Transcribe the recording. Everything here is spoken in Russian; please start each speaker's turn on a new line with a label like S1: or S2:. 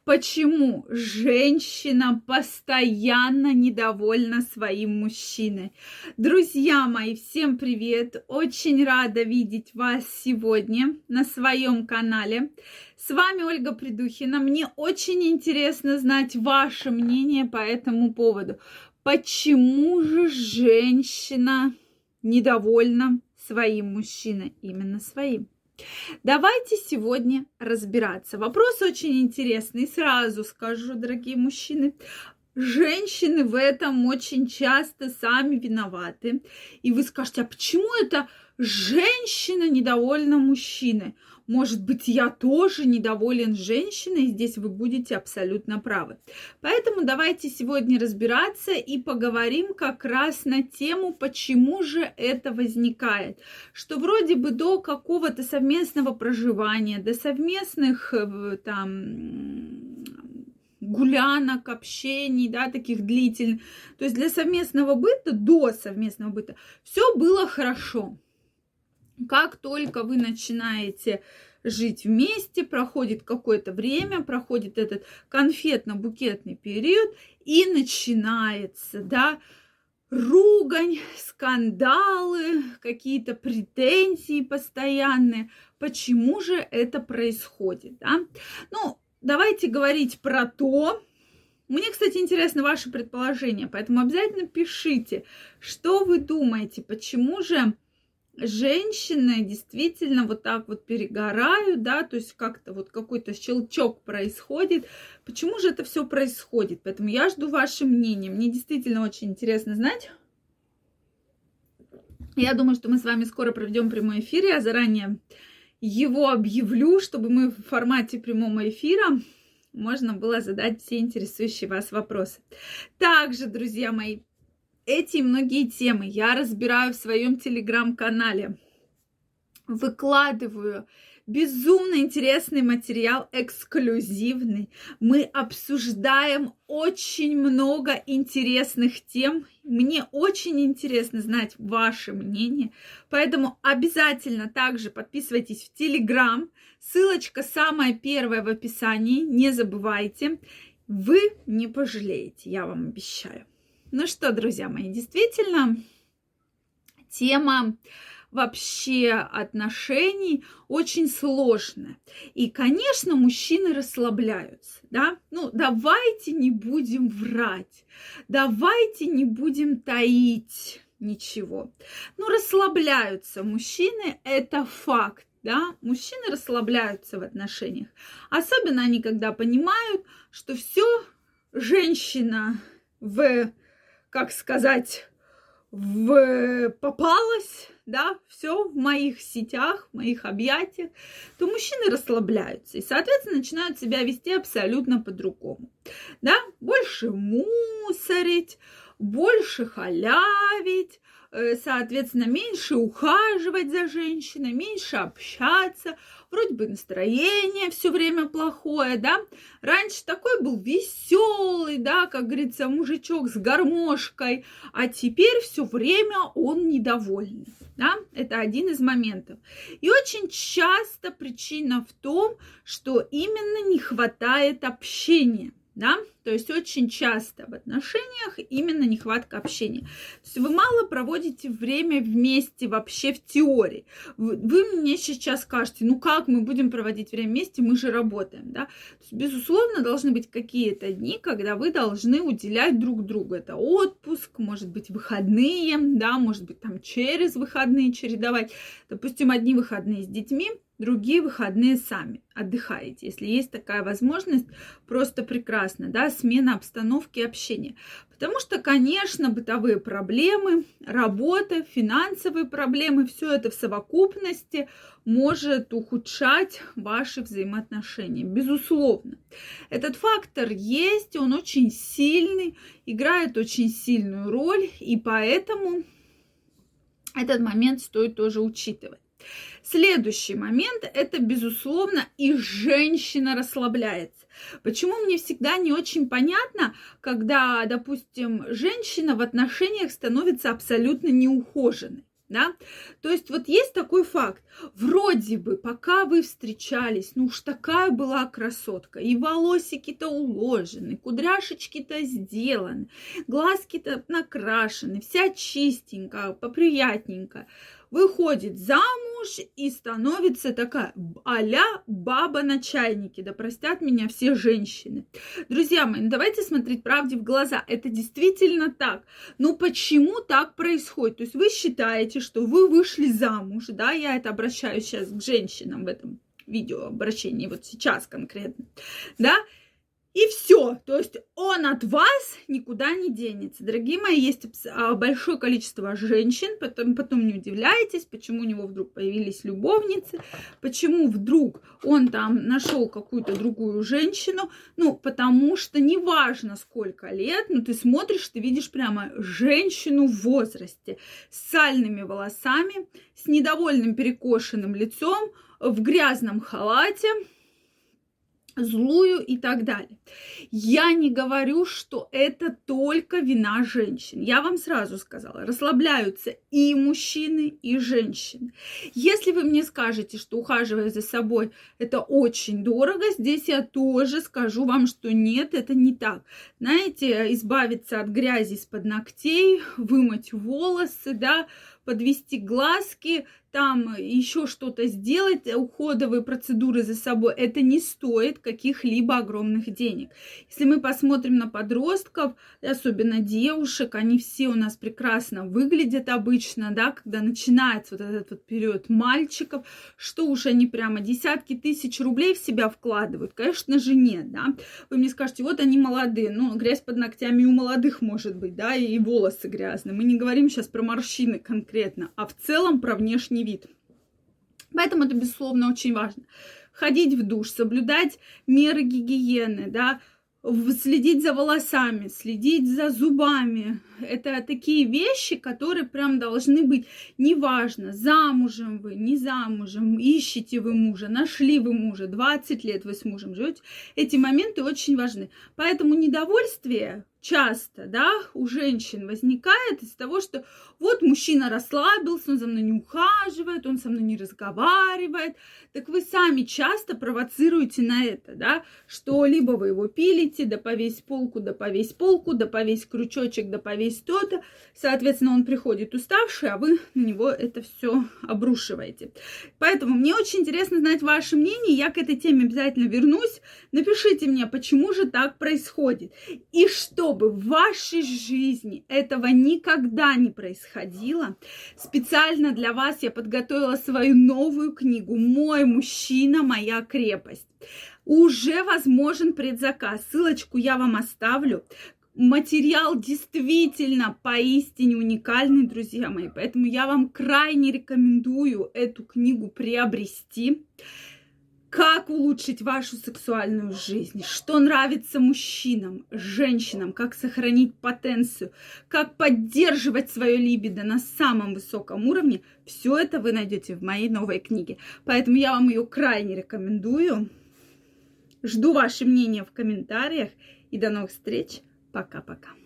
S1: Почему женщина постоянно недовольна своим мужчиной? Друзья мои, всем привет! Очень рада видеть вас сегодня на своем канале. С вами Ольга Придухина. Мне очень интересно знать ваше мнение по этому поводу. Почему же женщина недовольна своим мужчиной? Именно своим. Давайте сегодня разбираться. Вопрос очень интересный. Сразу скажу, дорогие мужчины, женщины в этом очень часто сами виноваты. И вы скажете, а почему это женщина недовольна мужчиной? Может быть, я тоже недоволен женщиной, и здесь вы будете абсолютно правы. Поэтому давайте сегодня разбираться и поговорим как раз на тему, почему же это возникает. Что вроде бы до какого-то совместного проживания, до совместных гулянок, общений, да, таких длительных, то есть для совместного быта, до совместного быта, все было хорошо. Как только вы начинаете жить вместе, проходит какое-то время, проходит этот конфетно-букетный период, и начинается, да, ругань, скандалы, какие-то претензии постоянные. Почему же это происходит, да? Ну, давайте говорить про то. Мне, кстати, интересно ваше предположение, поэтому обязательно пишите, что вы думаете, почему же женщины действительно вот так вот перегорают, да, то есть как-то вот какой-то щелчок происходит. Почему же это все происходит? Поэтому я жду ваше мнение. Мне действительно очень интересно знать. Я думаю, что мы с вами скоро проведем прямой эфир. Я заранее его объявлю, чтобы мы в формате прямого эфира можно было задать все интересующие вас вопросы. Также, друзья мои, эти и многие темы я разбираю в своем телеграм-канале. Выкладываю безумно интересный материал, эксклюзивный. Мы обсуждаем очень много интересных тем. Мне очень интересно знать ваше мнение. Поэтому обязательно также подписывайтесь в телеграм. Ссылочка самая первая в описании. Не забывайте. Вы не пожалеете, я вам обещаю. Ну что, друзья мои, действительно, тема вообще отношений очень сложная. И, конечно, мужчины расслабляются, да? Ну, давайте не будем врать, давайте не будем таить ничего. Ну, расслабляются мужчины, это факт, да? Мужчины расслабляются в отношениях. Особенно они, когда понимают, что все женщина попалась, да, все в моих сетях, в моих объятиях, то мужчины расслабляются и, соответственно, начинают себя вести абсолютно по-другому, да, больше мусорить, больше халявить, соответственно, меньше ухаживать за женщиной, меньше общаться, вроде бы настроение все время плохое, да. Раньше такой был веселый, да, как говорится, мужичок с гармошкой, а теперь все время он недовольный, да. Это один из моментов. И очень часто причина в том, что именно не хватает общения. Да? То есть очень часто в отношениях именно нехватка общения. То есть вы мало проводите время вместе вообще в теории. Вы мне сейчас скажете, ну как мы будем проводить время вместе, мы же работаем. Да? То есть, безусловно, должны быть какие-то дни, когда вы должны уделять друг другу. Это отпуск, может быть, выходные, да? Может быть, там через выходные чередовать. Допустим, одни выходные с детьми, другие выходные сами отдыхаете. Если есть такая возможность, просто прекрасно, да, смена обстановки и общения. Потому что, конечно, бытовые проблемы, работа, финансовые проблемы, все это в совокупности может ухудшать ваши взаимоотношения. Безусловно. Этот фактор есть, он очень сильный, играет очень сильную роль, и поэтому этот момент стоит тоже учитывать. Следующий момент – это, безусловно, и женщина расслабляется. Почему мне всегда не очень понятно, когда, допустим, женщина в отношениях становится абсолютно неухоженной. да. То есть вот есть такой факт. Вроде бы, пока вы встречались, ну уж такая была красотка. И волосики-то уложены, кудряшечки-то сделаны, глазки-то накрашены, вся чистенькая, поприятненькая. Выходит замуж и становится такая а-ля баба на чайнике. Да простят меня все женщины. Друзья мои, давайте смотреть правде в глаза. Это действительно так. Но почему так происходит? То есть вы считаете, что вы вышли замуж, да, я это обращаюсь сейчас к женщинам в этом видео обращении, вот сейчас конкретно, да, и все. То есть он от вас никуда не денется. Дорогие мои, есть большое количество женщин, потом не удивляйтесь, почему у него вдруг появились любовницы, почему вдруг он там нашел какую-то другую женщину. Ну, потому что неважно сколько лет, ну, ты смотришь, ты видишь прямо женщину в возрасте, с сальными волосами, с недовольным перекошенным лицом, в грязном халате, злую и так далее. Я не говорю, что это только вина женщин. Я вам сразу сказала, расслабляются и мужчины, и женщины. Если вы мне скажете, что ухаживая за собой это очень дорого, здесь я тоже скажу вам, что нет, это не так. Знаете, избавиться от грязи из-под ногтей, вымыть волосы, да, подвести глазки, там еще что-то сделать, уходовые процедуры за собой, это не стоит каких-либо огромных денег. Если мы посмотрим на подростков, особенно девушек, они все у нас прекрасно выглядят обычно, да, когда начинается вот этот вот период мальчиков, что уж они прямо десятки тысяч рублей в себя вкладывают, конечно же нет, да. Вы мне скажете, вот они молодые, ну, грязь под ногтями у молодых может быть, да, и волосы грязные. Мы не говорим сейчас про морщины конкретно, а в целом про внешний вид. Поэтому это, безусловно, очень важно. Ходить в душ, соблюдать меры гигиены, да, следить за волосами, следить за зубами. Это такие вещи, которые прям должны быть. Неважно, замужем вы, не замужем, ищете вы мужа, нашли вы мужа, 20 лет вы с мужем живете. Эти моменты очень важны. Поэтому недовольствие часто, да, у женщин возникает из-за того, что вот мужчина расслабился, он за мной не ухаживает, он со мной не разговаривает. Так вы сами часто провоцируете на это, да, что либо вы его пилите, да повесь полку, да повесь полку, да повесь крючочек, да повесь то-то. Соответственно, он приходит уставший, а вы на него это все обрушиваете. Поэтому мне очень интересно знать ваше мнение, я к этой теме обязательно вернусь. Напишите мне, почему же так происходит. И чтобы в вашей жизни этого никогда не происходило, специально для вас я подготовила свою новую книгу «Мой мужчина, моя крепость». Уже возможен предзаказ. Ссылочку я вам оставлю. Материал действительно поистине уникальный, друзья мои. Поэтому я вам крайне рекомендую эту книгу приобрести. Как улучшить вашу сексуальную жизнь, что нравится мужчинам, женщинам, как сохранить потенцию, как поддерживать свое либидо на самом высоком уровне, все это вы найдете в моей новой книге. Поэтому я вам ее крайне рекомендую. Жду ваше мнение в комментариях и до новых встреч. Пока-пока.